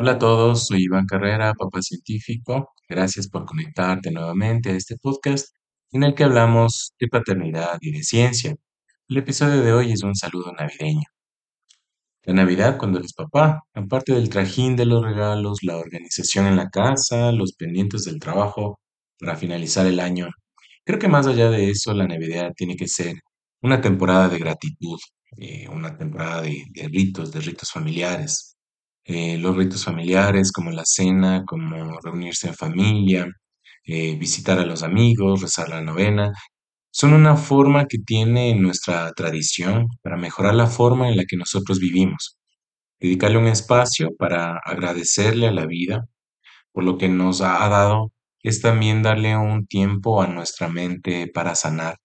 Hola a todos, soy Iván Carrera, papá científico. Gracias por conectarte nuevamente a este podcast en el que hablamos de paternidad y de ciencia. El episodio de hoy es un saludo navideño. La Navidad cuando eres papá, aparte del trajín de los regalos, la organización en la casa, los pendientes del trabajo para finalizar el año. Creo que más allá de eso, la Navidad tiene que ser una temporada de gratitud, una temporada de ritos familiares. Los ritos familiares como la cena, como reunirse en familia, visitar a los amigos, rezar la novena, son una forma que tiene nuestra tradición para mejorar la forma en la que nosotros vivimos. Dedicarle un espacio para agradecerle a la vida por lo que nos ha dado es también darle un tiempo a nuestra mente para sanar.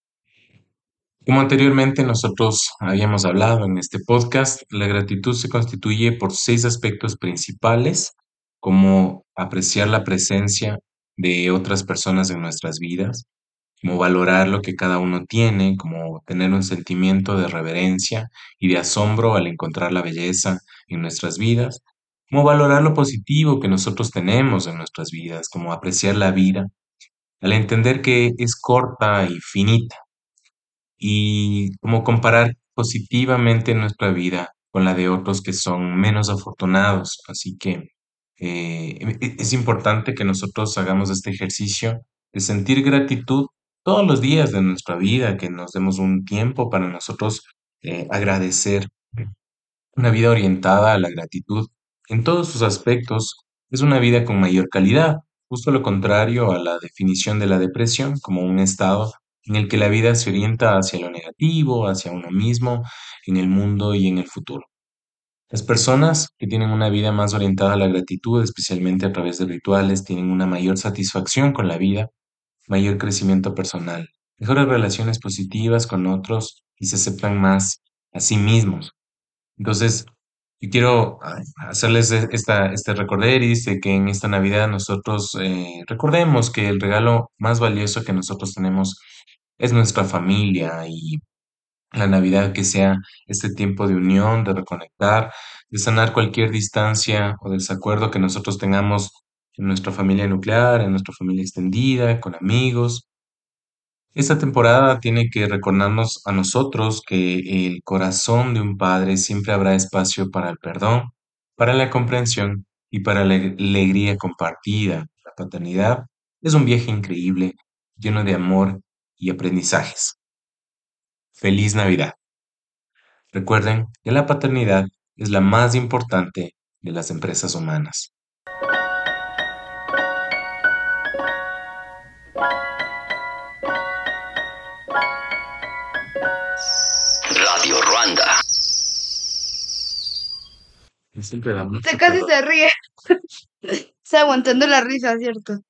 Como anteriormente nosotros habíamos hablado en este podcast, la gratitud se constituye por seis aspectos principales, como apreciar la presencia de otras personas en nuestras vidas, como valorar lo que cada uno tiene, como tener un sentimiento de reverencia y de asombro al encontrar la belleza en nuestras vidas, como valorar lo positivo que nosotros tenemos en nuestras vidas, como apreciar la vida, al entender que es corta y finita, y como comparar positivamente nuestra vida con la de otros que son menos afortunados. Así que es importante que nosotros hagamos este ejercicio de sentir gratitud todos los días de nuestra vida, que nos demos un tiempo para nosotros agradecer. Una vida orientada a la gratitud en todos sus aspectos es una vida con mayor calidad, justo lo contrario a la definición de la depresión como un estado en el que la vida se orienta hacia lo negativo, hacia uno mismo, en el mundo y en el futuro. Las personas que tienen una vida más orientada a la gratitud, especialmente a través de rituales, tienen una mayor satisfacción con la vida, mayor crecimiento personal, mejores relaciones positivas con otros y se aceptan más a sí mismos. Entonces, yo quiero hacerles este recorderis de que en esta Navidad nosotros recordemos que el regalo más valioso que nosotros tenemos es nuestra familia y la Navidad que sea este tiempo de unión, de reconectar, de sanar cualquier distancia o desacuerdo que nosotros tengamos en nuestra familia nuclear, en nuestra familia extendida, con amigos. Esta temporada tiene que recordarnos a nosotros que el corazón de un padre siempre habrá espacio para el perdón, para la comprensión y para la alegría compartida. La paternidad es un viaje increíble, lleno de amor y aprendizajes. Feliz Navidad. Recuerden que la paternidad es la más importante de las empresas humanas. Radio Ruanda. Y siempre da Usted mucho casi calor. se ríe. Está aguantando la risa, ¿cierto?